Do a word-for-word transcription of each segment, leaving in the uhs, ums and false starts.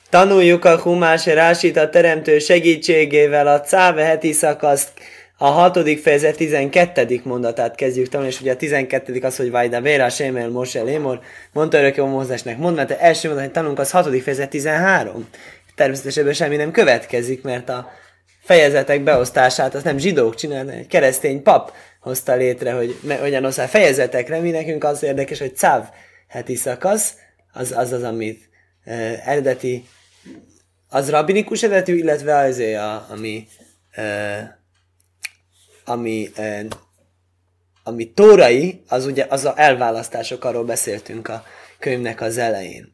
Tanuljuk a Humás Rásit a teremtő segítségével a Cáve heti szakaszt, a hatodik fejezet tizenkettedik mondatát kezdjük tanulni, és ugye a tizenkettedik az, hogy Vajda Véra, Sémel, Mose, Lémor, mondta örökké Mózesnek, mondd, mert az első mondat, hogy tanulunk, az hatodik fejezet tizenhárom. Természetesen semmi nem következik, mert a fejezetek beosztását azt nem zsidók csinálnak, egy keresztény pap hozta létre, hogy hogyan osztál fejezetekre, mi nekünk az érdekes, hogy Cáv heti szakasz, az az, az amit uh, eredeti, az rabbinikus eredetű, illetve azért, a, ami uh, ami, uh, ami tórai, az ugye az a elválasztások, arról beszéltünk a könyvnek az elején.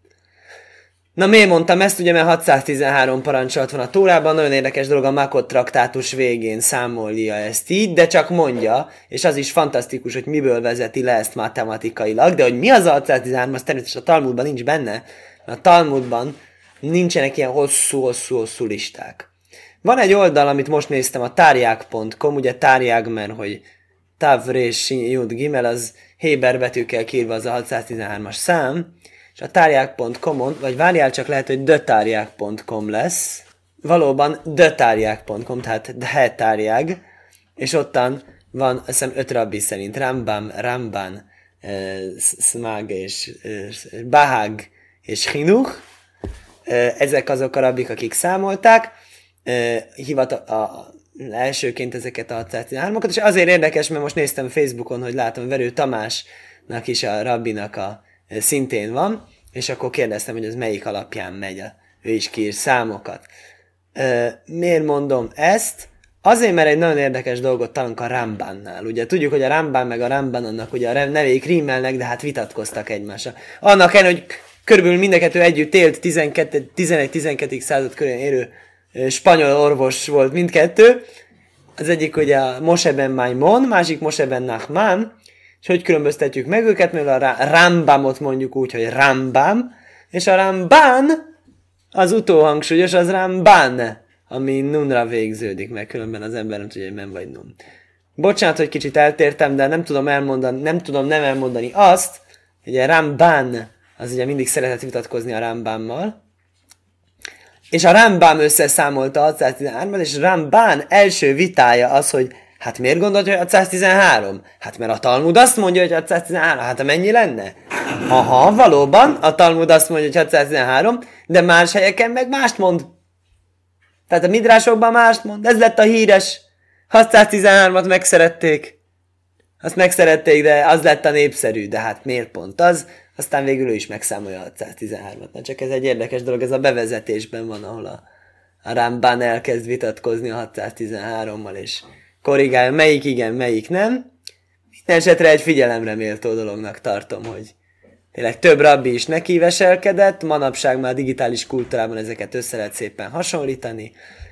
Na miért mondtam ezt? Ugye mert hatszáztizenhárom parancsolat van a Tórában, nagyon érdekes dolog, a Makot traktátus végén számolja ezt így, de csak mondja, és az is fantasztikus, hogy miből vezeti le ezt matematikailag, de hogy mi az a hatszáztizenhárom, az természetesen a Talmudban nincs benne, mert a Talmudban nincsenek ilyen hosszú-hosszú-hosszú listák. Van egy oldal, amit most néztem, a tárják pont com, ugye tárják, mert hogy Tav, Rés, Jud, Gimel, az héber betűkkel kiírva az a hatszáztizenhármas szám, és a tárják pont com-on, vagy várjál csak, lehet, hogy dötárják pont com lesz, valóban dötárják pont com, tehát dhetárják, és ottan van, azt hiszem, öt rabbi szerint, Rambam, Ramban, eh, Smag és eh, Bahag és Chinuch, eh, ezek azok a rabbik, akik számolták, eh, hivata, a, elsőként ezeket a hatszáztizenhármakat, és azért érdekes, mert most néztem Facebookon, hogy látom, Verő Tamásnak is, a rabbinak a szintén van, és akkor kérdeztem, hogy ez melyik alapján megy, a, ő is kiír számokat. E, miért mondom ezt? Azért, mert egy nagyon érdekes dolgot tanulunk a Rambannál. Ugye tudjuk, hogy a Ramban meg a Ramban annak ugye a nevék rímelnek, de hát vitatkoztak egymással. Annak ellenére, hogy körülbelül mindkettő együtt élt tizenegy-tizenkettedik század körül érő spanyol orvos volt mindkettő. Az egyik ugye a Moshe ben Maimon, másik Moshe ben Nachman, és hogy különböztetjük meg őket, mert a Rambamot mondjuk úgy, hogy Rambam, és a Ramban, az utóhangsúlyos, az Ramban, ami nunra végződik, mert különben az ember nem tudja, hogy men vagy nun. Bocsánat, hogy kicsit eltértem, de nem tudom elmondani, nem tudom nem elmondani azt, hogy a Ramban, az ugye mindig szeretett vitatkozni a Rambammal, és a Rambam összeszámolta a hatszáztizenhármat, és Ramban első vitája az, hogy hát miért gondolod, hogy hatszáztizenhárom? Hát mert a Talmud azt mondja, hogy hatszáztizenhárom. Hát mennyi lenne? Aha, valóban, a Talmud azt mondja, hogy hatszáztizenhárom, de más helyeken meg mást mond. Tehát a midrásokban mást mond. Ez lett a híres. hatszáztizenhármat megszerették. Azt megszerették, de az lett a népszerű. De hát miért pont az? Aztán végül ő is megszámolja a hatszáztizenhármat. Na csak ez egy érdekes dolog, ez a bevezetésben van, ahol a, a Ramban elkezd vitatkozni a hatszáztizenhárommal, és korrigálja, melyik igen, melyik nem. Minden esetre egy figyelemre méltó dolognak tartom, hogy tényleg több rabbi is neki veselkedett, manapság már a digitális kultúrában ezeket össze lehet szépen hasonlítani,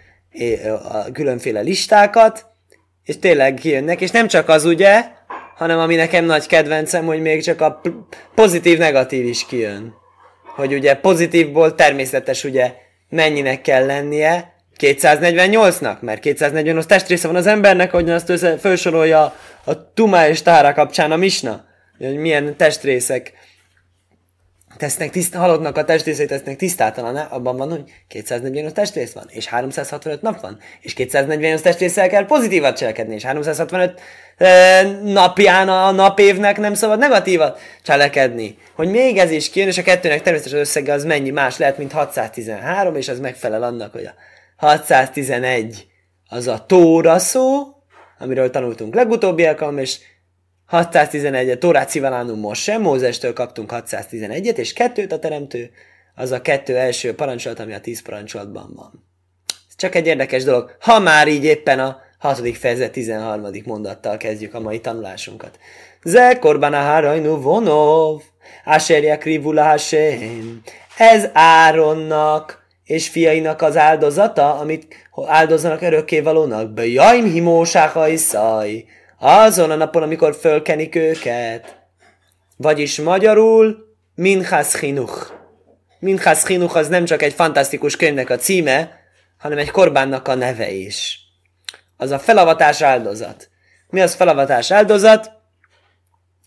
a különféle listákat, és tényleg kijönnek, és nem csak az ugye, hanem ami nekem nagy kedvencem, hogy még csak a pozitív-negatív is kijön. Hogy ugye pozitívból természetes ugye mennyinek kell lennie, kétszáznegyvennyolcnak, mert kétszáznegyvennyolc testrésze van az embernek, ahogyan azt össze, felsorolja a Tumá és Tára kapcsán a Misna, hogy milyen testrészek tesznek tiszt, halottnak a testrészei tesznek tisztátalan, abban van, hogy kétszáznegyvennyolc testrész van, és háromszázhatvanöt nap van, és kétszáznegyvennyolc testrésszel kell pozitívat cselekedni, és háromszázhatvanöt e, napján a napévnek nem szabad negatívat cselekedni. Hogy még ez is kijön, és a kettőnek természetesen az összege az mennyi más lehet, mint hatszáztizenhárom, és az megfelel annak, hogy a hatszáztizenegy az a Tóra szó, amiről tanultunk legutóbbi alkalommal, és hatszáztizenegy a Tórát Szivalánum Mose, Mózestől kaptunk hatszáztizenegyet, és kettőt a teremtő, az a kettő első parancsolat, ami a tíz parancsolatban van. Ez csak egy érdekes dolog, ha már így éppen a hatodik fejezet tizenharmadik mondattal kezdjük a mai tanulásunkat. Ze korban a hárajnu vonov, áserja krivula hasém. Ez Áronnak és fiainak az áldozata, amit áldozzanak örökkévalónak. Bejaim himósáha iszaj. Azon a napon, amikor fölkenik őket. Vagyis magyarul Minchas Chinuch. Minchas Chinuch az nem csak egy fantasztikus könyvnek a címe, hanem egy korbánnak a neve is. Az a felavatás áldozat. Mi az felavatás áldozat?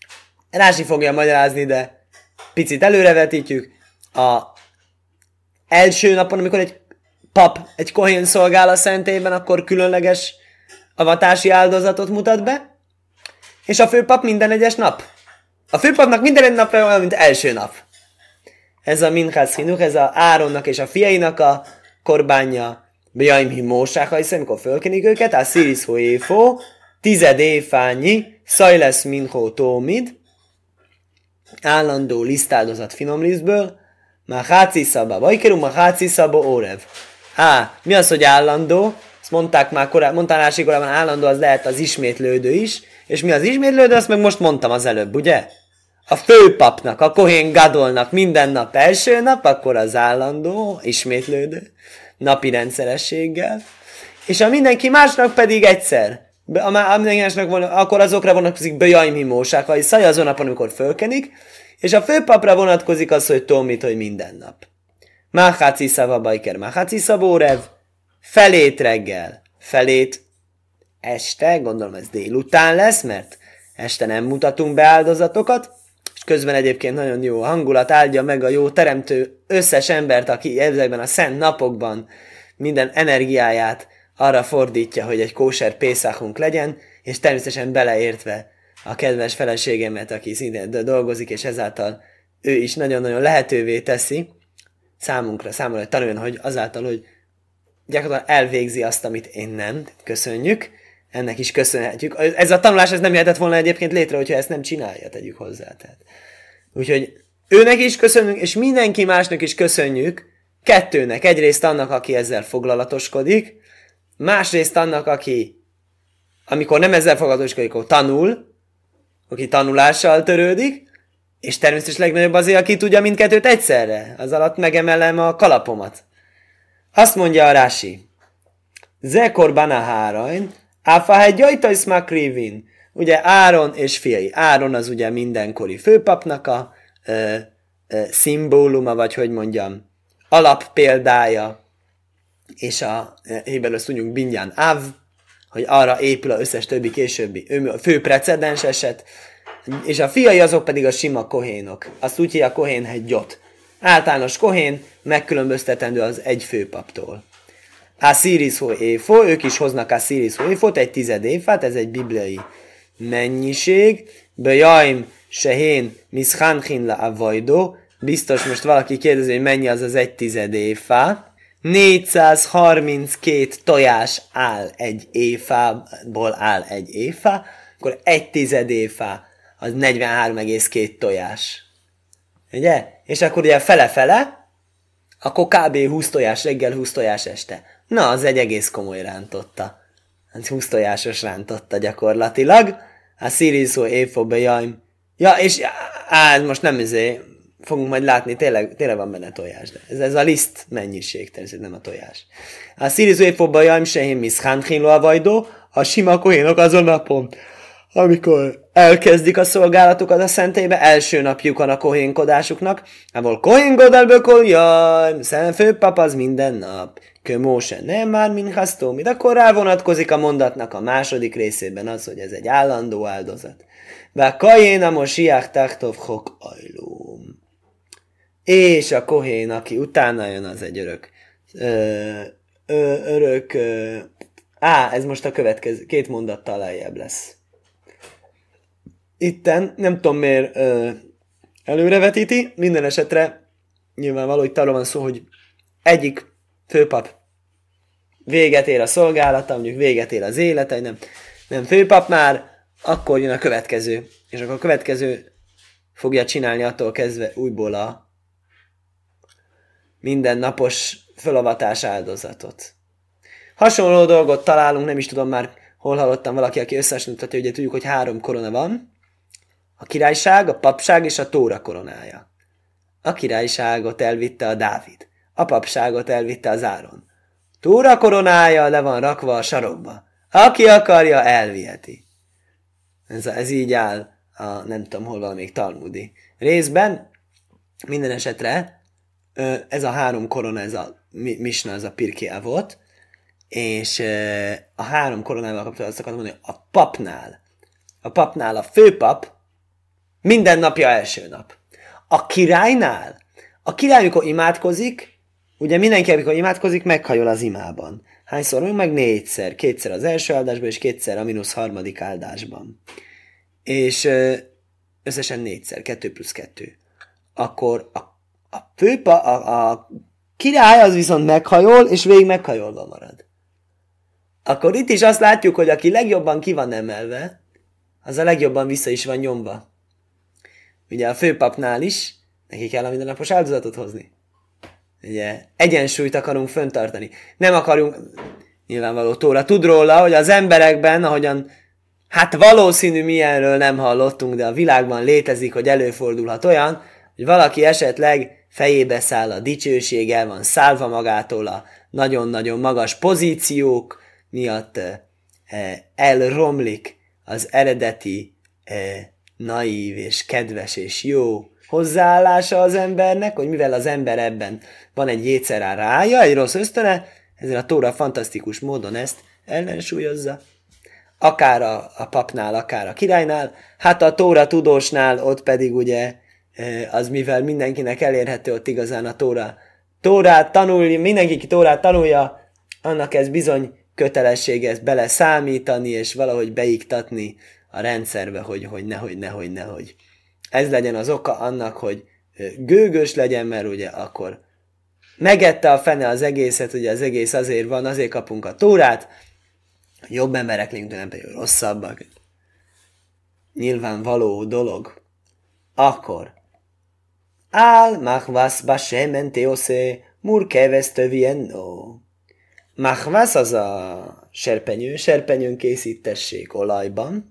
Rási fogja magyarázni, de picit előrevetítjük. A első napon, amikor egy pap, egy kohén szolgál a szentélyben, akkor különleges avatási áldozatot mutat be, és a főpap minden egyes nap. A főpapnak minden egy napja olyan, mint első nap. Ez a Minchas Chinuch, ez a Áronnak és a fiainak a korbánja, Bejaim Himósák, hiszen amikor fölkenik őket, a Sziris Hoéfó, tized éfányi, Szajlesz Minchó Tómid, állandó lisztáldozat finom lisztből, már háci szaba, vajkerú, már háci szaba órev. Á, mi az, hogy állandó? Ezt mondták már korábban, mondtál Rási korábban, állandó az lehet az ismétlődő is, és mi az ismétlődő, azt meg most mondtam az előbb, ugye? A főpapnak, a Kohén Gadolnak minden nap első nap, akkor az állandó, ismétlődő, napi rendszerességgel, és a mindenki másnak pedig egyszer. A, a mindenki másnak von, akkor azokra vonatkozik Bejaim Himósák, vagy Szaj azon napon, amikor fölkenik, és a főpapra vonatkozik az, hogy Tómit, hogy minden nap. Máháci szava bajker, máháci szabórev, felét reggel, felét este, gondolom ez délután lesz, mert este nem mutatunk be áldozatokat, és közben egyébként nagyon jó hangulat, áldja meg a jó teremtő összes embert, aki ezekben a szent napokban minden energiáját arra fordítja, hogy egy kóser pészákunk legyen, és természetesen beleértve a kedves feleségemet, aki szintén dolgozik, és ezáltal ő is nagyon-nagyon lehetővé teszi számunkra, számomra, hogy tanuljon, hogy azáltal, hogy gyakorlatilag elvégzi azt, amit én nem. Köszönjük. Ennek is köszönhetjük. Ez a tanulás ez nem jöhetett volna egyébként létre, hogyha ezt nem csinálja, tegyük hozzá. Tehát. Úgyhogy őnek is köszönjük, és mindenki másnak is köszönjük. Kettőnek. Egyrészt annak, aki ezzel foglalatoskodik, másrészt annak, aki amikor nem ezzel foglalatoskodik, akkor tanul, aki tanulással törődik, és természetesen legnagyobb azért, aki tudja mindkettőt egyszerre. Az alatt megemelem a kalapomat. Azt mondja a Rási. Zekor bana hárain, áfahegy jajtajsz makrivin. Ugye Áron és fiai. Áron az ugye mindenkori főpapnak a ö, ö, szimbóluma, vagy hogy mondjam, alappéldája. És a héberül azt tudjuk Binyan Av, hogy arra épül az összes többi későbbi ő, fő precedens eset. És a fiai azok pedig a sima kohénok. Azt úgy hívja kohén hegyot. Általános kohén megkülönböztetendő az egy főpaptól. A Szíriszó éfó, ők is hoznak a Szíriszó éfót, egy tized éfát, ez egy bibliai mennyiség. Bejaim sehén mischanchin la avajdó. Biztos most valaki kérdezi, hogy mennyi az az egy tized éfá. négyszázharminckét tojás áll egy éfából áll egy éfá, akkor egy tized éfá az negyvenhárom egész két tojás. Ugye? És akkor ugye fele-fele, akkor kb. húsz tojás reggel, húsz tojás este. Na, az egy egész komoly rántotta. húsz tojásos rántotta gyakorlatilag. A Szíriszó éfóbe jaim. Ja, és á, most nem izé, fogunk majd látni, tényleg, tényleg van benne tojás. De ez, ez a liszt mennyiség, természetesen nem a tojás. A Szíriszó éfóba jaim sehén miszhánchinló a vajdó, a sima kohénok azon napon, amikor elkezdik a szolgálatokat a szentélybe, első napjukon a kohénkodásuknak, ahol kohénkodálbökol, jaj, főpap az minden nap. Kömóse nem már Minchas Tómid, akkor rá vonatkozik a mondatnak a második részében az, hogy ez egy állandó áldozat. Bár kajén a mosiach tachtov chok ajlum. És a kohén, aki utána jön, az egy örök. Ö, ö, örök. Ö, á, ez most a következő, két mondattal lejjebb lesz. Itten, nem tudom miért ö, előrevetíti, minden esetre nyilvánvaló, hogy arról van szó, hogy egyik főpap véget ér a szolgálata, mondjuk véget ér az élete, nem, nem főpap már, akkor jön a következő, és akkor a következő fogja csinálni attól kezdve újból a mindennapos fölavatás áldozatot. Hasonló dolgot találunk, nem is tudom már, hol hallottam valaki, aki összehasonlíthatja, ugye tudjuk, hogy három korona van, a királyság, a papság és a Tóra koronája. A királyságot elvitte a Dávid, a papságot elvitte az Áron. Tóra koronája le van rakva a sarokba. Aki akarja, elviheti. Ez, ez így áll a nem tudom hol valamelyik talmudi részben. Minden esetre ez a három korona, ez a misna, ez a Pirkei Avot, és a három koronával kapcsolatban azt akartam mondani, hogy a papnál, a papnál a főpap minden napja első nap. A királynál, a király, amikor imádkozik, ugye mindenki, amikor imádkozik, meghajol az imában. Hányszor meg? Négyszer. Kétszer az első áldásban, és kétszer a mínusz harmadik áldásban. És összesen négyszer. Kettő plusz kettő. Akkor a, a főpa, a, a király az viszont meghajol, és végig meghajolva marad. Akkor itt is azt látjuk, hogy aki legjobban ki van emelve, az a legjobban vissza is van nyomva. Ugye a főpapnál is neki kell a mindennapos áldozatot hozni. Ugye egyensúlyt akarunk föntartani. Nem akarunk, nyilvánvaló Tóra tud róla, hogy az emberekben, ahogyan, hát valószínű milyenről nem hallottunk, de a világban létezik, hogy előfordulhat olyan, hogy valaki esetleg fejébe száll a dicsőség, el van szállva magától a nagyon-nagyon magas pozíciók miatt eh, elromlik az eredeti eh, naív és kedves és jó hozzáállása az embernek, hogy mivel az ember ebben van egy jétszerá rája, egy rossz ösztöne, ezért a Tóra fantasztikus módon ezt ellensúlyozza. Akár a, a papnál, akár a királynál, hát a Tóra tudósnál ott pedig ugye az mivel mindenkinek elérhető, ott igazán a Tóra Tórát tanulja, mindenki, ki Tórát tanulja, annak ez bizony kötelessége ezt bele számítani, és valahogy beiktatni a rendszerbe, hogy, hogy nehogy, nehogy, nehogy. Ez legyen az oka annak, hogy gőgös legyen, mert ugye akkor megette a fene az egészet, ugye az egész azért van, azért kapunk a Tórát, jobb emberek legyünk, nem pedig rosszabbak. Nyilvánvaló dolog. Akkor Al machvas bashemen teose murkeves tövienno. Machvas az a serpenyő, serpenyőn készítessék olajban.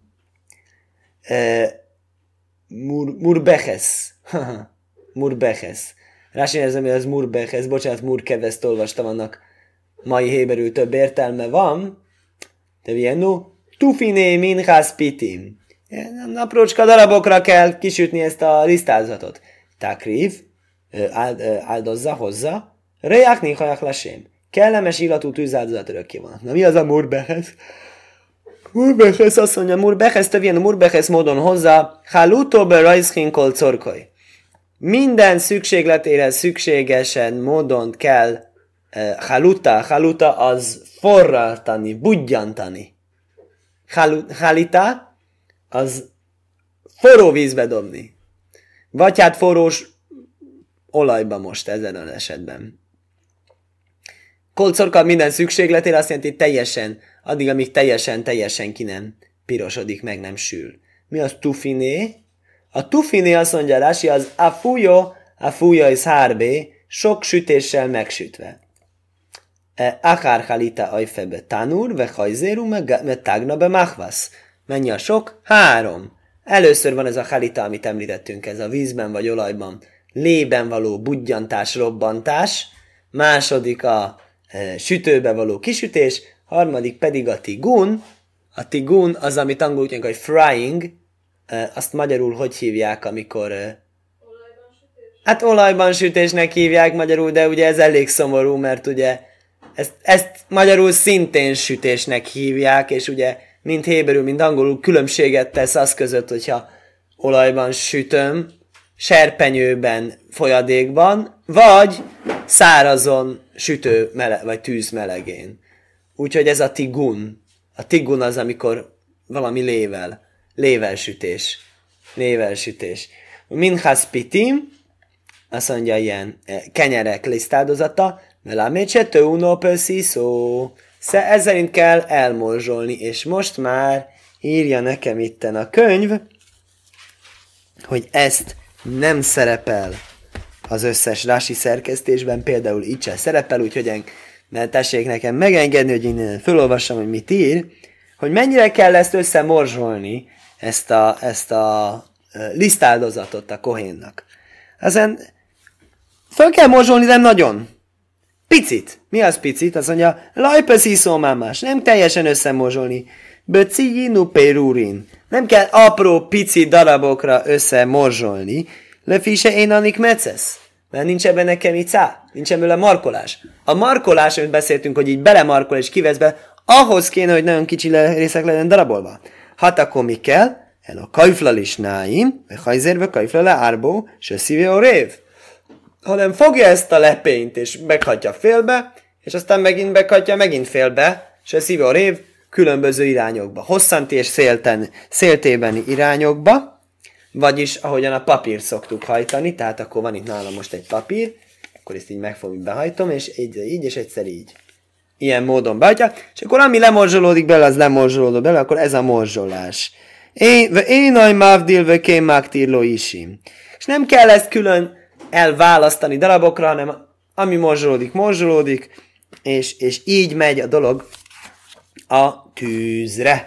E, mur, murbeches. murbeches. Rási nézem, hogy az murbeches, bocsánat, murkeveszt olvastam, annak mai héberül több értelme van. Tevienno. Tufiné minchas pitim. Aprócska darabokra kell kisütni ezt a lisztázatot. Takriv, áldozza, hozza, reják néhajak lesém. Kellemes illatú tűzáldozat örökké van. Na mi az a murbeches? Murbeches azt mondja, murbeches tövén, murbeches módon hozza, halutó be rajzkin kol corkoj. Minden szükségletére szükségesen módon kell haluta, haluta az forraltani, budjantani. Halita az forró vízbe dobni. Vagy hát forrós olajba most ezen az esetben. Kolcorka minden szükségletére azt jelenti teljesen, addig, amíg teljesen, teljesen ki nem pirosodik, meg nem sül. Mi az tufiné? A tufiné azt mondja Rási, az afújó, afújó is hárbé, sok sütéssel megsütve. Akár halita ajfebe tanur, ve hajzéru, me tágna be machvasz. Mennyi a sok? Három. Először van ez a halita, amit említettünk, ez a vízben vagy olajban lében való budjantás, robbantás, második a e, sütőbe való kisütés, harmadik pedig a tigun. A tigun az, amit angolul úgy hogy frying, e, azt magyarul hogy hívják, amikor... E, olajban sütés? Hát olajban sütésnek hívják magyarul, de ugye ez elég szomorú, mert ugye ezt, ezt magyarul szintén sütésnek hívják, és ugye mind héberül, mind angolul különbséget tesz az között, hogyha olajban sütöm, serpenyőben, folyadékban, vagy szárazon sütő mele, vagy tűz melegén. Úgyhogy ez a tigun. A tigun az, amikor valami lével, lével sütés. Lével sütés. Minchas pitim, azt mondja ilyen kenyerek lisztáldozata, melamécse teuno pösziszó. Ez szerint kell elmorzsolni, és most már írja nekem itten a könyv, hogy ezt nem szerepel az összes rási szerkesztésben, például itt sem szerepel, úgyhogy ne tessék nekem megengedni, hogy én felolvassam, hogy mit ír, hogy mennyire kell ezt összemorzsolni, ezt a, ezt a lisztáldozatot a kohénnak. Ezen föl kell morzsolni, de nagyon. Picit. Mi az picit? Azt mondja, lajpesziszó mámás. Nem teljesen összemorzsolni. Böcijinu pérurin. Nem kell apró, pici darabokra összemorzsolni. Lefise én anik mecesz. Mert nincs ebben nekem icá. Nincs ebből a markolás. A markolás, amit beszéltünk, hogy így belemarkol és kivesz be, ahhoz kéne, hogy nagyon kicsi részek legyen darabolva. Hát akkor mi kell? El a kajflal is náim, ve hajzérve kajflale árbó, se szíve a rév. hanem fogja ezt a lepényt, és meghatja félbe, és aztán megint meghatja megint félbe, és a szívó rév különböző irányokba, hosszanti és szélten, széltébeni irányokba, vagyis ahogyan a papírt szoktuk hajtani, tehát akkor van itt nálam most egy papír, akkor ezt így megfogjuk, behajtom, és így, így és egyszer így. Ilyen módon behajtja, és akkor ami lemorzsolódik bele, az lemorzsolódik bele, akkor ez a morzsolás. Én aj mávdilve kém mágtírló isim. És nem kell ezt külön elválasztani darabokra, hanem ami morzsolódik, morzsolódik, és, és így megy a dolog a tűzre.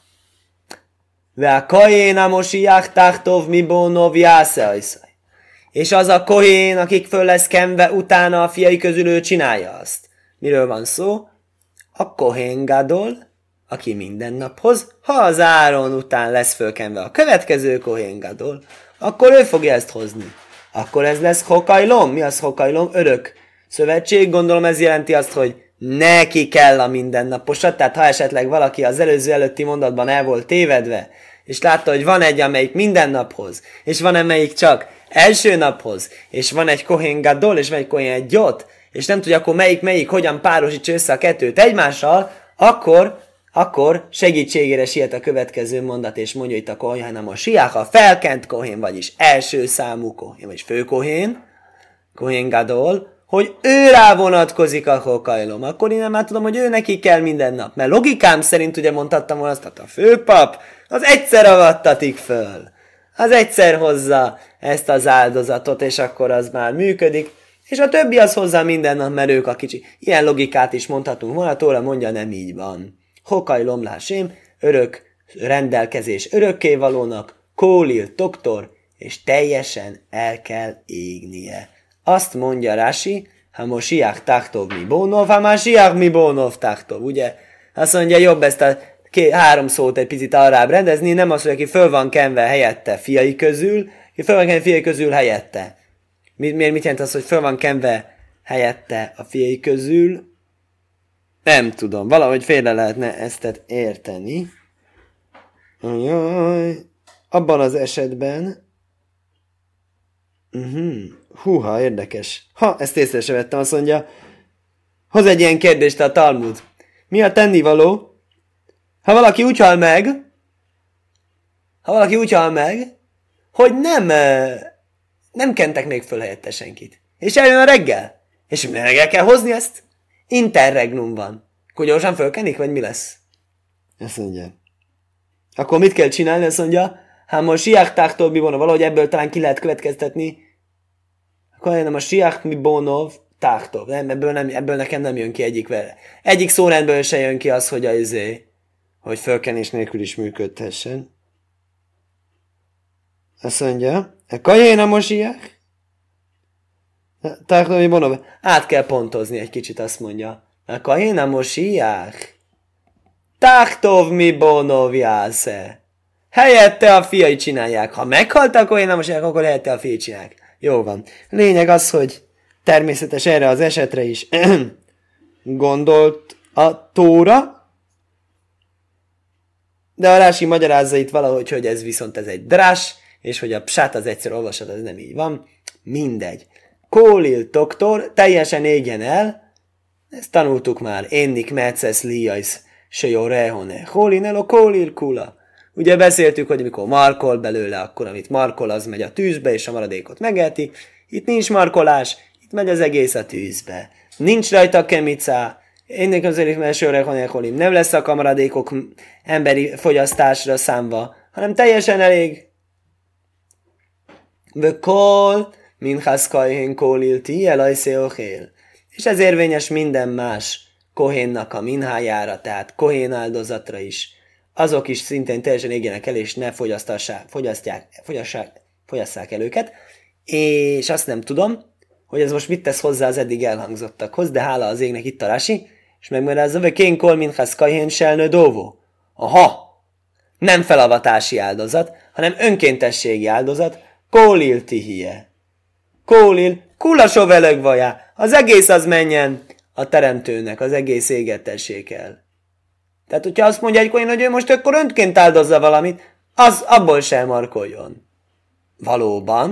Ve a kohén a mosiach tachtov mi bónov jásze ajszaj. És az a kohén, akik föl lesz kenve, utána a fiai közül ő csinálja azt. Miről van szó? A kohén gadol, aki minden nap hoz, ha az Áron után lesz fölkenve a következő kohén gadol, akkor ő fogja ezt hozni. Akkor ez lesz hokajlom. Mi az hokajlom? Örök szövetség. Gondolom ez jelenti azt, hogy neki kell a mindennaposat, tehát ha esetleg valaki az előző előtti mondatban el volt tévedve, és látta, hogy van egy, amelyik minden naphoz, és van amelyik csak első naphoz, és van egy kohén gadol, és van egy kohén egy gyot, és nem tudja akkor melyik, melyik, hogyan párosítsa össze a kettőt egymással, akkor, akkor segítségére siet a következő mondat, és mondja itt a kohén, a siák, a felkent kohén, vagyis első számú kohén, vagy főkohén, kohén gadol, hogy ő rá vonatkozik a hokajlom. Akkor én nem már tudom, hogy ő neki kell minden nap. Mert logikám szerint ugye mondhattam volna azt, hogy a főpap az egyszer avattatik föl. Az egyszer hozza ezt az áldozatot, és akkor az már működik. És a többi az hozzá minden nap, mert ők a kicsi. Ilyen logikát is mondhatunk volna, Tóra mondja, nem így van. Hokajlom lásém, örök rendelkezés örökkévalónak, kólil, doktor, és teljesen el kell égnie. Azt mondja Rási, ha mosiach tachtov mi bónov, ha masiach mi bónov tachtov, ugye? Azt mondja, jobb ezt a két, három szót egy picit arrább rendezni, nem az, hogy aki föl van kenve helyette fiai közül, aki föl van kenve fiai közül helyette. Miért mit jelent az, hogy föl van kenve helyette a fiai közül? Nem tudom, valahogy félre lehetne ezt érteni. Ajaj, abban az esetben... Uh-huh. Húha, érdekes. Ha, ezt észre se vettem, azt mondja, hoz egy ilyen kérdést a Talmud. Mi a tennivaló? Ha valaki úgy hal meg, ha valaki úgy hal meg, hogy nem, nem kentek még föl helyette senkit. És eljön a reggel. És minden reggel kell hozni ezt? Interregnum van. Akkor gyorsan fölkenik, vagy mi lesz? Ezt mondja. Akkor mit kell csinálni? Azt mondja, hát most siáktártól mi volna, valahogy ebből talán ki lehet következtetni, akkor nem a siach mi bónov táhtov. Nem, ebből, nem, ebből nekem nem jön ki egyik vele. Egyik szórendből se jön ki az, hogy a izé, hogy fölkenés nélkül is működhessen. Azt mondja, a kajén a mosiach? Táhtov mi bónov? Át kell pontozni egy kicsit, azt mondja. A kajén a mosiach? Táhtov mi bónov jásze? Helyette a fiai csinálják. Ha meghalt a kajén a mosiach, akkor helyette a fiai csinálják. Jó van. Lényeg az, hogy természetes erre az esetre is gondolt a Tóra, de a Rási magyarázza itt valahogy, hogy ez viszont ez egy drás, és hogy a psát az egyszer olvasat, ez nem így van. Mindegy. Kólil doktor, teljesen égjen el, ezt tanultuk már. Énnik metszesz líjajsz, se jó rehone. Hólinelo kólil kula. Ugye beszéltük, hogy amikor markol belőle, akkor amit markol, az megy a tűzbe, és a maradékot megeti. Itt nincs markolás, itt megy az egész a tűzbe. Nincs rajta kemicá, ennek azért mesőre honékolim. Nem lesz a maradékok emberi fogyasztásra számva, hanem teljesen elég. Vökol, minhász kajhén kólil ti, elajszéochél. És ez érvényes minden más kohénnak a minhájára, tehát kohén áldozatra is. Azok is szintén teljesen égjenek el, és ne fogyasztassák, fogyasztják, fogyasszák, fogyasszák el őket. És azt nem tudom, hogy ez most mit tesz hozzá az eddig elhangzottakhoz, de hála az égnek itt a Rási, és megmagyarázza, hogy kén kol minhász kajhén selnő dóvó. Aha! Nem felavatási áldozat, hanem önkéntességi áldozat, kólil tihie. Kólil, kulasov elögvajá. Az egész az menjen a teremtőnek, az egész égetessék el. Tehát, hogyha azt mondja egy koin, hogy ő most akkor önként áldozza valamit, az abból sem markoljon. Valóban,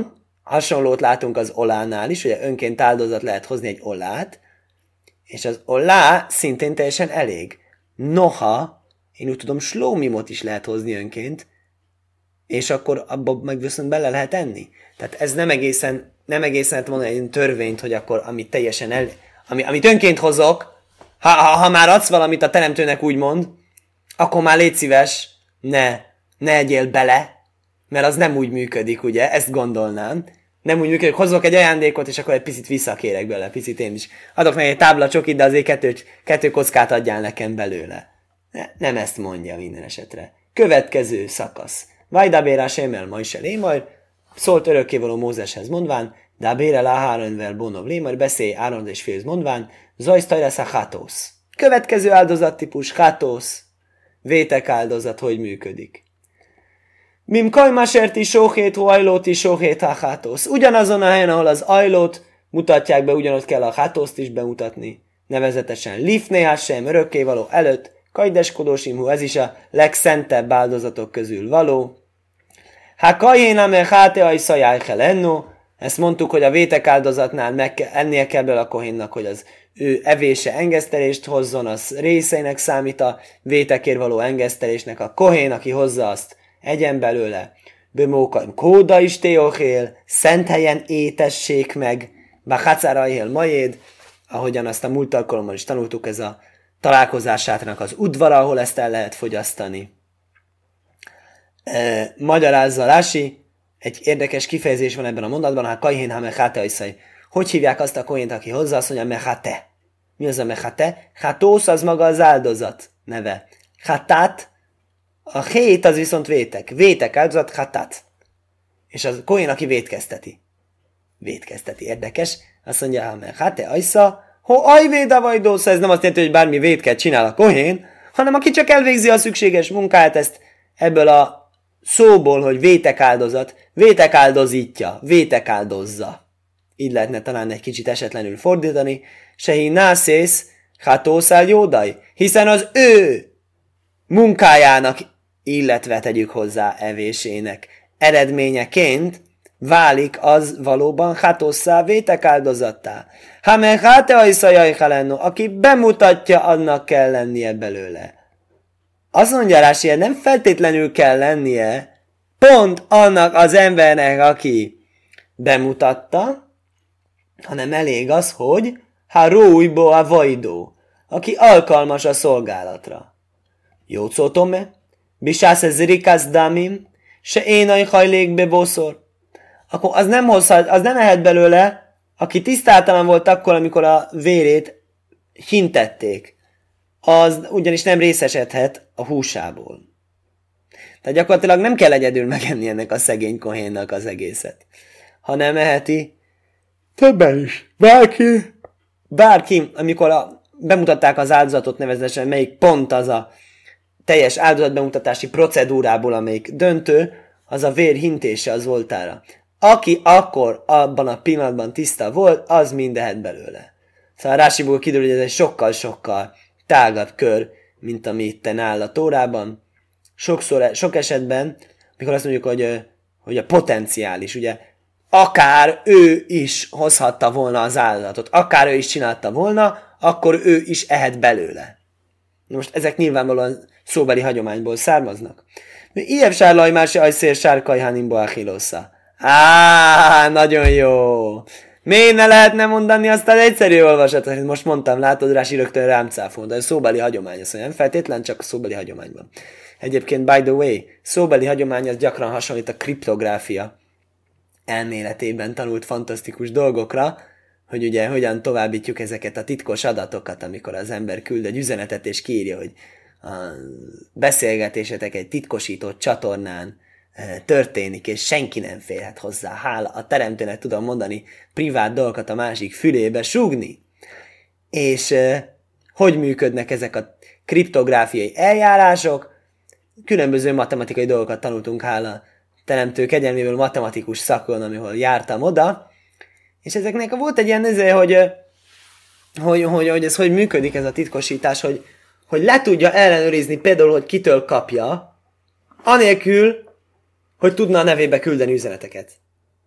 Hasonlót látunk az olánál is, ugye önként áldozat lehet hozni egy olát, és az olá szintén teljesen elég. Noha, én úgy tudom, slómimot is lehet hozni önként, és akkor abba meg viszont bele lehet enni. Tehát ez nem egészen, nem egészen lehet mondani egy törvényt, hogy akkor amit teljesen el, ami, amit önként hozok, ha, ha, ha már adsz valamit a teremtőnek úgymond, akkor már légy szíves, ne, ne egyél bele, mert az nem úgy működik, ugye, ezt gondolnám. Nem úgy működik, hozok egy ajándékot, és akkor egy picit visszakérek belőle, picit én is. Adok neki egy tábla csokit, de azért kettő, kettő kockát adjál nekem belőle. Ne, nem ezt mondja minden esetre. Következő szakasz. Vajdabéra sémel ma is elémaj, szólt örökkévaló Mózeshez mondván, Dabére láháronvel bonov lémaj, beszélj Áron és félz mondván, zajsztajresz a hátósz. Következő áldozattípus, hátósz. Vétek áldozat, hogy működik. Mim kajmasert is sóhét, ajlót is sóhét a hátósz. Ugyanazon a helyen, ahol az ajlót mutatják be, ugyanott kell a hátószt is bemutatni. Nevezetesen lifné hasem, örökkévaló előtt, kajdeskodósimhu, ez is a legszentebb áldozatok közül való. Ha kajéna me háte ajszajáj helenno, ezt mondtuk, hogy a vétek áldozatnál meg kell, ennie kell bele a kohénnak, hogy az ő evése engesztelést hozzon, az részeinek számít a vétekért való engesztelésnek, a kohén, aki hozza azt, egyen belőle. Bömóka kóda is téochél, szent helyen étessék meg, bachácárajhél majéd, ahogyan azt a múlt alkalommal is tanultuk, ez a találkozásátnak az udvara, ahol ezt el lehet fogyasztani. E, magyarázza Rási, egy érdekes kifejezés van ebben a mondatban, ha kajhén ha mechate ajszaj. Hogy hívják azt a kohént, aki hozzá, azt mondja mechate. Mi az a mechate? Hátósz az maga az áldozat neve. Hatát, a hét az viszont vétek. Vétek áldozat, hatát. És az kohén, aki vétkezteti. Vétkezteti, érdekes. Azt mondja, ha mechate ajsza, ho ajvéda vajdósza, ez nem azt jelenti, hogy bármi vétket csinál a kohén, hanem aki csak elvégzi a szükséges munkát, ezt ebből a szóból, hogy vétek áldozat, vétek áldozítja, vétek áldozza. Így lehetne talán egy kicsit esetlenül fordítani. Sehi nászész, hatószál jódaj, hiszen az ő munkájának, illetve tegyük hozzá evésének eredményeként válik az valóban hatószál vétek áldozattá. Ha me háte ajszajaj halenno, aki bemutatja, annak kell lennie belőle. Azt mondja Rási, nem feltétlenül kell lennie pont annak az embernek, aki bemutatta, hanem elég az, hogy ha rójbo a vajdó, aki alkalmas a szolgálatra. Jócótome, bisász ez rikász damim, se én aj hajlékbe boszor. Akkor az nem, hozhat, az nem ehet belőle, aki tisztátalan volt akkor, amikor a vérét hintették. Az ugyanis nem részesedhet a húsából. Tehát gyakorlatilag nem kell egyedül megenni ennek a szegény kohénnak az egészet, hanem eheti többen is. Bárki, bárki, amikor a, bemutatták az áldozatot nevezetesen, melyik pont az a teljes áldozatbemutatási procedúrából, amelyik döntő, az a vér hintése az voltára. Aki akkor abban a pillanatban tiszta volt, az mind ehet belőle. Szóval Rásiból kiderül, hogy ez egy sokkal-sokkal tágabb kör, mint ami itten áll a Tórában. Sokszor, sok esetben, mikor azt mondjuk, hogy, hogy a potenciális, ugye, akár ő is hozhatta volna az áldozatot, akár ő is csinálta volna, akkor ő is ehet belőle. Most ezek nyilvánvalóan szóbeli hagyományból származnak. Ilyen sárlaj már se ajszér sárkajhánimbo achillosza. Á, nagyon jó! Miért ne lehetne mondani azt az egyszerű olvasatot, amit most mondtam, látod, Rási rögtön rám cáfolt, de a szóbeli hagyomány, azt mondja, nem feltétlen, csak a szóbeli hagyományban. Egyébként, by the way, szóbeli hagyomány az gyakran hasonlít a kriptográfia elméletében tanult fantasztikus dolgokra, hogy ugye hogyan továbbítjuk ezeket a titkos adatokat, amikor az ember küld egy üzenetet és kiírja, hogy a beszélgetésetek egy titkosított csatornán történik, és senki nem férhet hozzá. Hála a teremtőnek tudom mondani privát dolgokat a másik fülébe súgni. És uh, hogy működnek ezek a kriptográfiai eljárások? Különböző matematikai dolgokat tanultunk, hála teremtő kegyelméből matematikus szakon, amihol jártam oda, és ezeknek volt egy ilyen néző, hogy, hogy, hogy, hogy ez hogy működik ez a titkosítás, hogy, hogy le tudja ellenőrizni például, hogy kitől kapja, anélkül, hogy tudna a nevébe küldeni üzeneteket.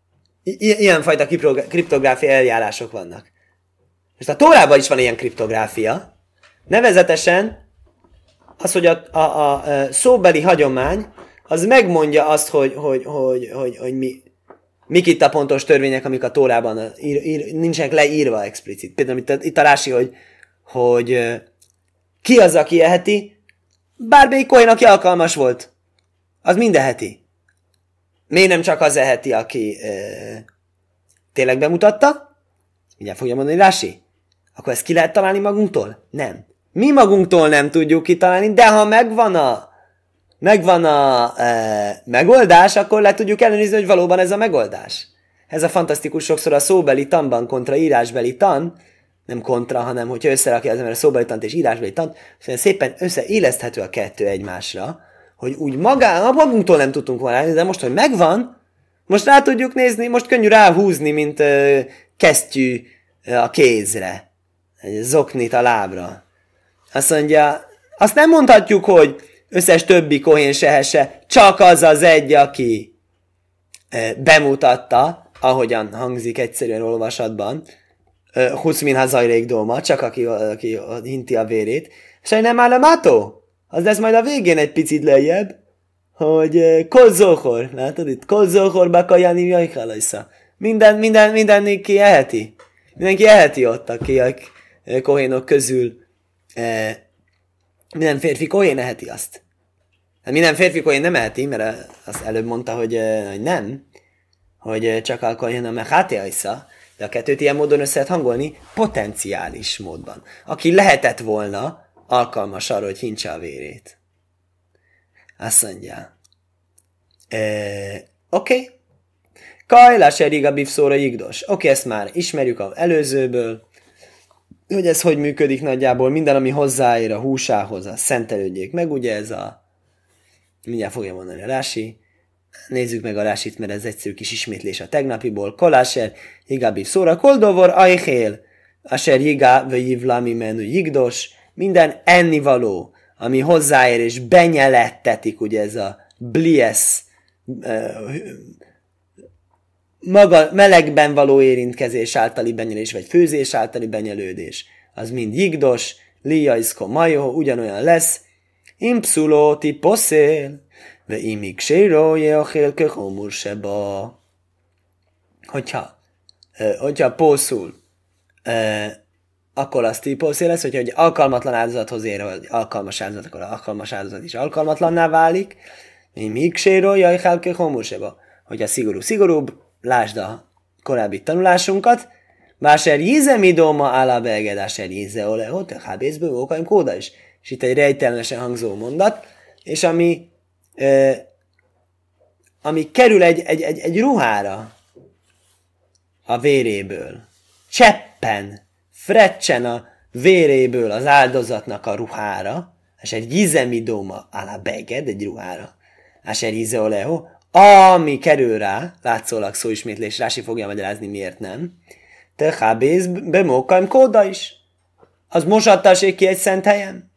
I- ilyenfajta kriptográfia eljárások vannak. Most a Tórában is van ilyen kriptográfia. Nevezetesen az, hogy a, a, a, a szóbeli hagyomány az megmondja azt, hogy, hogy, hogy, hogy, hogy mi, mik itt a pontos törvények, amik a Tórában ír, ír, nincsenek leírva explicit. Például itt, itt a Rási, hogy, hogy ki az, aki eheti, bármelyik kohén, aki alkalmas volt, az mind eheti. Miért nem csak az eheti, aki e, tényleg bemutatta? Mindjárt fogja mondani Rási. Akkor ezt ki lehet találni magunktól? Nem. Mi magunktól nem tudjuk kitalálni, de ha megvan a, megvan a e, megoldás, akkor le tudjuk ellenőrizni, hogy valóban ez a megoldás. Ez a fantasztikus sokszor a szóbeli tanban kontra írásbeli tan, nem kontra, hanem hogyha összerakja az ember a szóbeli tant és írásbeli tant, szépen összeéleszthető a kettő egymásra, hogy úgy magá, magunktól nem tudtunk volna, de most, hogy megvan, most rá tudjuk nézni, most könnyű ráhúzni, mint ö, kesztyű ö, a kézre, egy zoknit a lábra. Azt mondja, azt nem mondhatjuk, hogy összes többi kohén sehesse, csak az az egy, aki ö, bemutatta, ahogyan hangzik egyszerűen olvasatban, Huszmin hazajrék dóma, csak aki, aki hinti a vérét, és nem áll a mátó. Az lesz majd a végén egy picit lejjebb, hogy kolzóhor, látod itt? Kolzóhor bakajani jajkalajsza. Minden, minden, mindenki eheti. Mindenki eheti ott, aki a kohénok közül eh, minden férfi kohén eheti azt. Hát minden férfi kohén nem eheti, mert azt előbb mondta, hogy, eh, hogy nem, hogy csak a kohén a mehátiajsza, de a kettőt ilyen módon össze lehet hangolni potenciális módban. Aki lehetett volna alkalmas arra, hogy hintse a vérét. Azt mondja. E, Oké. Okay. Kajlás eriga bifszóra jigdos. Oké, okay, ezt már ismerjük az előzőből, hogy ez hogy működik nagyjából. Minden, ami hozzáér a húsához, a szentelődjék meg. Ugye ez a... Mindjárt fogja mondani a Rási. Nézzük meg a Rásit, mert ez egyszerű kis ismétlés a tegnapiból. Koláser, jiga bifszóra, koldovor, ajhél. Aser jiga, vejivlami menü jigdos. Minden ennivaló, ami hozzáér és benyelettetik, ugye ez a bliesz, maga melegben való érintkezés általi benyelés, vagy főzés általi benyelődés, az mind jigdos, lijaiszko majó, ugyanolyan lesz, impszulóti poszél, ve imik séró, jeochél köhomur seba. Hogyha, hogyha pószul, akkor az típoszé lesz, hogyha egy alkalmatlan áldozathoz ér, vagy alkalmas áldozat, akkor az alkalmas áldozat is alkalmatlanná válik. Míg séről, jaj, hálke homoseba. Hogyha szigorú, szigorúbb, lásd a korábbi tanulásunkat. Váser jíze midóma állá beeged, áser jíze ole, ott a hábészből ókaim kóda is. És itt egy rejtelmesen hangzó mondat, és ami, eh, ami kerül egy, egy, egy, egy ruhára a véréből, cseppen, frecsen a véréből az áldozatnak a ruhára, és egy gizemidóma alá beged, egy ruhára, és egy izeoleo, ami kerül rá, látszólag szóismétlés, Rási fogja magyarázni, miért nem, te hábész bemókaim kóda is. Az mosattassék ki egy szent helyen.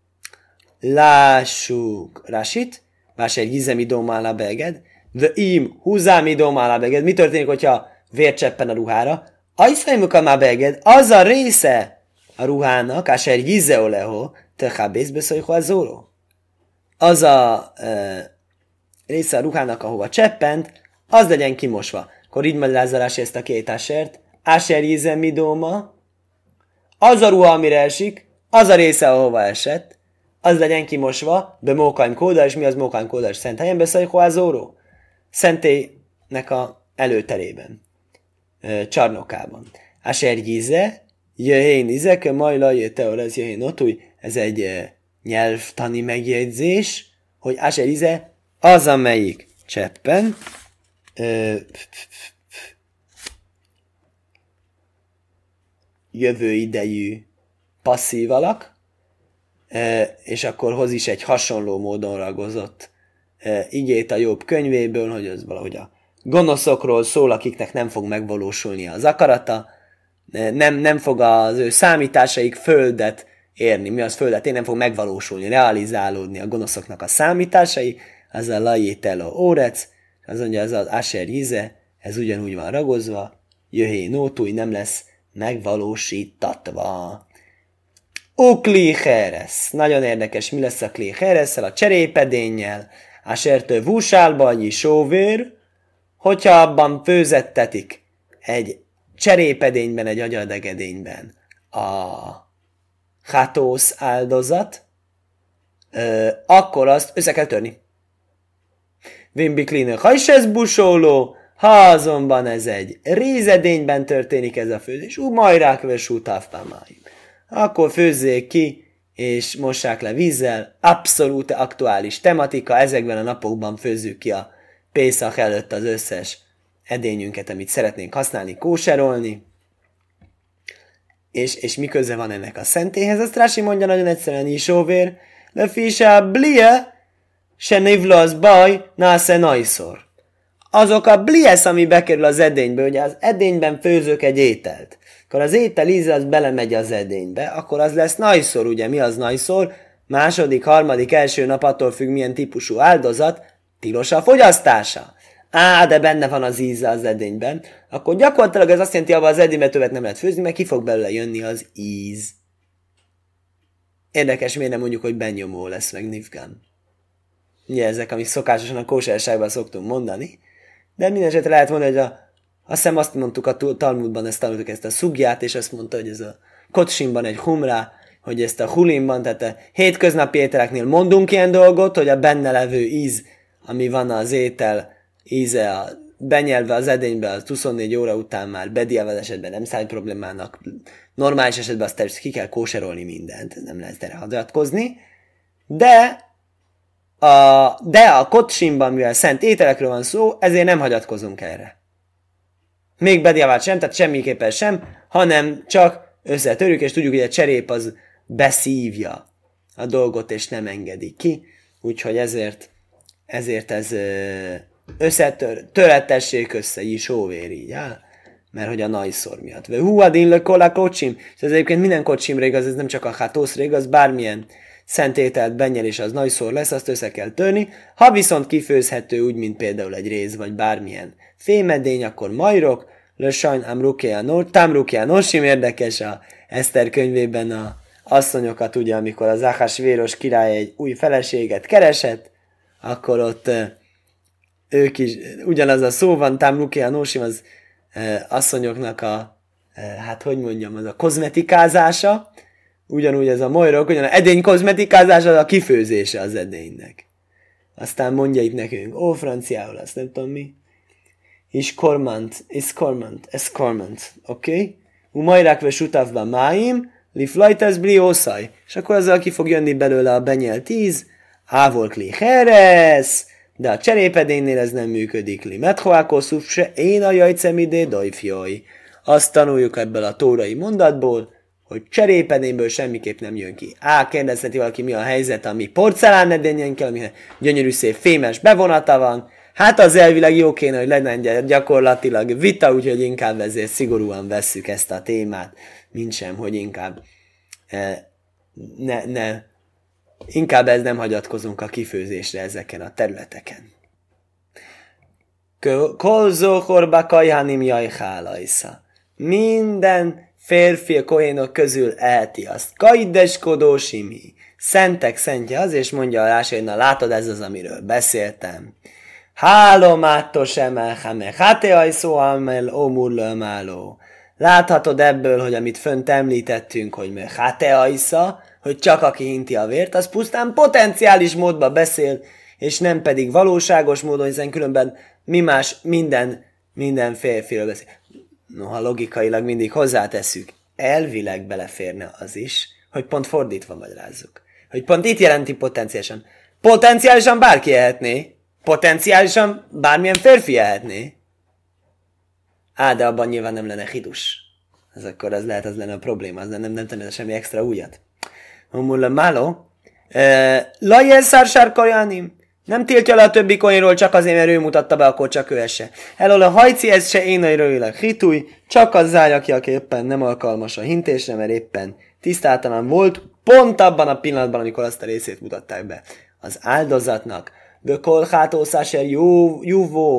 Lássuk Rásit, és egy gizemidóma alá beged, de im húzámidóma alá beged. Mi történik, hogyha vércseppen a ruhára? Ajszajmuka már beeged, az a része a ruhának, ásár gizeoleho, te hábészbe szóljuk a zóló. Az a e, része a ruhának, ahova cseppent, az legyen kimosva. Akkor így magyarázzalási ezt a két ásert. Ásár gizemidóma, az a ruha, amire esik, az a része, ahova esett, az legyen kimosva, be mókaim kóda, és mi az mókaim kóda, és szent helyen beszéljük a zóró. Szentélynek a előterében. Csarnokában. Aser gize, jöhén izeke, majla, jöteorez, jöhén otúj. Ez egy e, nyelvtani megjegyzés, hogy Aser ize az, amelyik cseppen e, jövő idejű passzív alak, e, és akkor hoz is egy hasonló módon ragozott e, igét a Jobb könyvéből, hogy az valahogy a gonoszokról szól, akiknek nem fog megvalósulni az akarata, nem, nem fog az ő számításaik földet érni. Mi az földet ér, nem fog megvalósulni, realizálódni a gonoszoknak a számításai, az a lajételo órec, az mondja, az az Asher Jize, ez ugyanúgy van ragozva, jöhé nótúj nem lesz megvalósítatva. O kléheresz. Nagyon érdekes, mi lesz a kléheresszel, a cserépedénnyel, ásertő vúsálba annyi sóvér, hogyha abban főzettetik egy cserépedényben, egy agyadegedényben a hátósz áldozat, ö, akkor azt össze kell törni. Vimbi klinő hajsesz busóló, ha azonban ez egy rézedényben történik ez a főzés, ú, majd ráköves sútávpámáim. Akkor főzzék ki, és mossák le vízzel. Abszolút aktuális tematika, ezekben a napokban főzzük ki a Pészak előtt az összes edényünket, amit szeretnénk használni, kóserolni. És, és mi köze van ennek a szentéhez? Azt Rási mondja nagyon egyszerűen, isóvér, de fisa blie, se nivlasz baj, násze najszor. Azok a bliesz, ami bekerül az edénybe, ugye az edényben főzök egy ételt. Akkor az étel íze az belemegy az edénybe, akkor az lesz najszor, ugye mi az najszor? Második, harmadik, első nap attól függ milyen típusú áldozat, tilos a fogyasztása. Á, de benne van az íze az edényben. Akkor gyakorlatilag ez azt jelenti, hogy az edényben többet nem lehet főzni, mert ki fog belőle jönni az íz. Érdekes, miért nem mondjuk, hogy benyomó lesz meg nifgán. Ugye ezek, amik szokásosan a kóserságban szoktunk mondani. De minden esetre lehet mondani, hogy a, azt hiszem azt mondtuk a Talmudban, ezt tanultuk ezt a szugját, és azt mondta, hogy ez a kotsimban egy humrá, hogy ezt a hulimban, tehát a hétköznapi ételeknél mondunk ilyen dolgot, hogy a benne levő íz, ami van az étel íze, a benyelve az edénybe, az huszonnégy óra után már bediával esetben nem számít problémának. Normális esetben azt természetesen ki kell kóserolni mindent, ez nem lehet erre hagyatkozni. De a, de a kotsimban, mivel szent ételekről van szó, ezért nem hagyatkozunk erre. Még bediával sem, tehát semmiképpen sem, hanem csak összetörjük, és tudjuk, hogy a cserép az beszívja a dolgot, és nem engedi ki. Úgyhogy ezért, ezért ez összetör, töretessék össze, így sóvér így áll, mert hogy a najszor miatt. Hú, adin le kola kocsim, és ez egyébként minden kocsimra igaz, ez nem csak a hátószra igaz, bármilyen szent ételt benyelés az najszor lesz, azt össze kell törni. Ha viszont kifőzhető úgy, mint például egy réz, vagy bármilyen fémedény, akkor majrok, le sajn támrukia nosim, érdekes a Eszter könyvében a asszonyokat, ugye, amikor az Ahasvéros király egy új feleséget keresett, akkor ott ők is, ugyanaz a szó van, támrukia nosim, az asszonyoknak a, hát hogy mondjam, az a kozmetikázása, ugyanúgy ez a majrok, ugyan a edény kozmetikázása, az a kifőzése az edénynek. Aztán mondja itt nekünk, ó, franciául, azt nem tudom mi. Iskormant, iskormant, eskormant, oké? Okay? Umajrák ve sutavba máim, li flajtesz bli oszaj. És akkor azzal ki fog jönni belőle a benyelt íz, ávol kli heresz, de a cserépedénynél ez nem működik. Li methoákoszuf se én a jajcemidé dajfjaj. Azt tanuljuk ebből a tórai mondatból, hogy cserépedényből semmiképp nem jön ki. Á, kérdezheti valaki, mi a helyzet, ami porcelánedényen kell, aminek gyönyörű szép fémes bevonata van. Hát az elvileg jó kéne, hogy legyen gyakorlatilag vita, úgyhogy inkább ezért szigorúan vesszük ezt a témát, mint sem, hogy inkább eh, ne, ne, inkább ez nem hagyatkozunk a kifőzésre ezeken a területeken. Kolzókorba kajhánim jajhálajsza. Minden férfi a kohénok közül eheti azt. Kaideskodó simi. Szentek szentje az, és mondja a Rási, hogy na látod, ez az, amiről beszéltem. Hálomátos emelhame, háte ajszó amel omurlömáló. Láthatod ebből, hogy amit fönt említettünk, hogy me háte ajsza, hogy csak aki hinti a vért, az pusztán potenciális módban beszél, és nem pedig valóságos módon, hiszen különben mi más minden, minden férfiről beszél. Noha logikailag mindig hozzátesszük, elvileg beleférne az is, hogy pont fordítva magyarázzuk. Hogy pont itt jelenti potenciálisan. Potenciálisan bárki ehetné, potenciálisan bármilyen férfi ehetné. Á, de abban nyilván nem lenne hidus. Ez akkor az lehet, az lenne a probléma, az nem, nem tenne semmi extra újat. Homulla máló. Lajjelszár sárkarjánim. Nem tiltja le a többi kohénról, csak azért, mert ő mutatta be, akkor csak ő esse. Elől a hajci, ez se én röjleg hitúj, csak az zárja ki, aki éppen nem alkalmas a hintésre, mert éppen tisztátalan volt, pont abban a pillanatban, amikor azt a részét mutatták be. Az áldozatnak, bökol hátószáser júvó,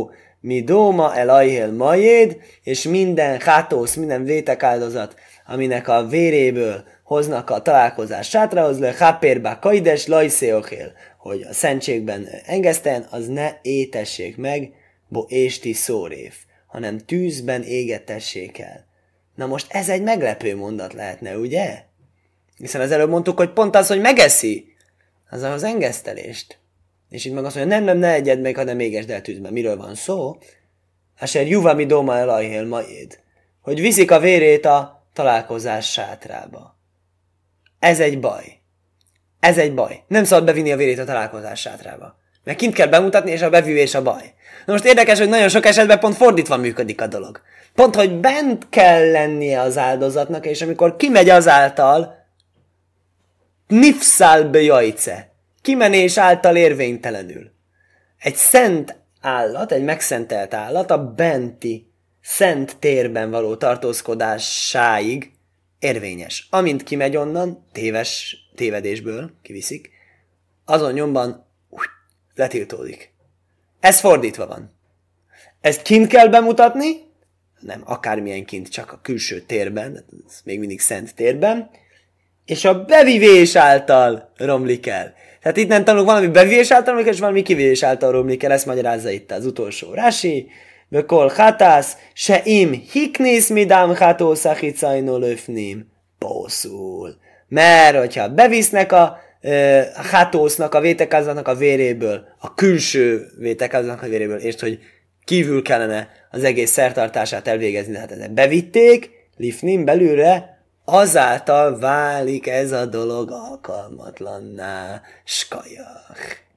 mi dóma elajhél majéd, és minden hátósz, minden vétekáldozat, aminek a véréből hoznak a találkozás sátrahoz, le hápérbá kaides, lajszéokhél, hogy a szentségben engeszten, az ne étessék meg, bo ésti szóréf, hanem tűzben égetessék el. Na most ez egy meglepő mondat lehetne, ugye? Hiszen az előbb mondtuk, hogy pont az, hogy megeszi, az az engesztelést. És itt meg azt mondja, nem, nem, ne egyed meg, hanem égesd el tűzben. Miről van szó? Aser juvami doma elajhél majéd. Hogy viszik a vérét a találkozás sátrába. Ez egy baj. Ez egy baj. Nem szabad bevinni a vérét a találkozás sátrába. Mert kint kell bemutatni, és a bevívés a baj. Na most érdekes, hogy nagyon sok esetben pont fordítva működik a dolog. Pont, hogy bent kell lennie az áldozatnak, és amikor kimegy azáltal, nifszál bejajce, kimenés által érvénytelenül. Egy szent állat, egy megszentelt állat a benti, szent térben való tartózkodásáig érvényes. Amint kimegy onnan, téves tévedésből kiviszik, azon nyomban uh, letiltódik. Ez fordítva van. Ezt kint kell bemutatni, nem akármilyen kint, csak a külső térben, ez még mindig szent térben, és a bevivés által romlik el. Tehát itt nem tanulunk, valami bevivés által romlik el, és valami kivivés által romlik el, ezt magyarázza itt az utolsó Rási. Bekol hatász, se im hiknész midám hatósz achicajnó löfném. Bosszul. Mert hogyha bevisznek a a hátósznak, a vétekázatnak a véréből, a külső vétekázatnak a véréből, és hogy kívül kellene az egész szertartását elvégezni, tehát ezzel bevitték, lifnim belülre, azáltal válik ez a dolog alkalmatlanná, skajach.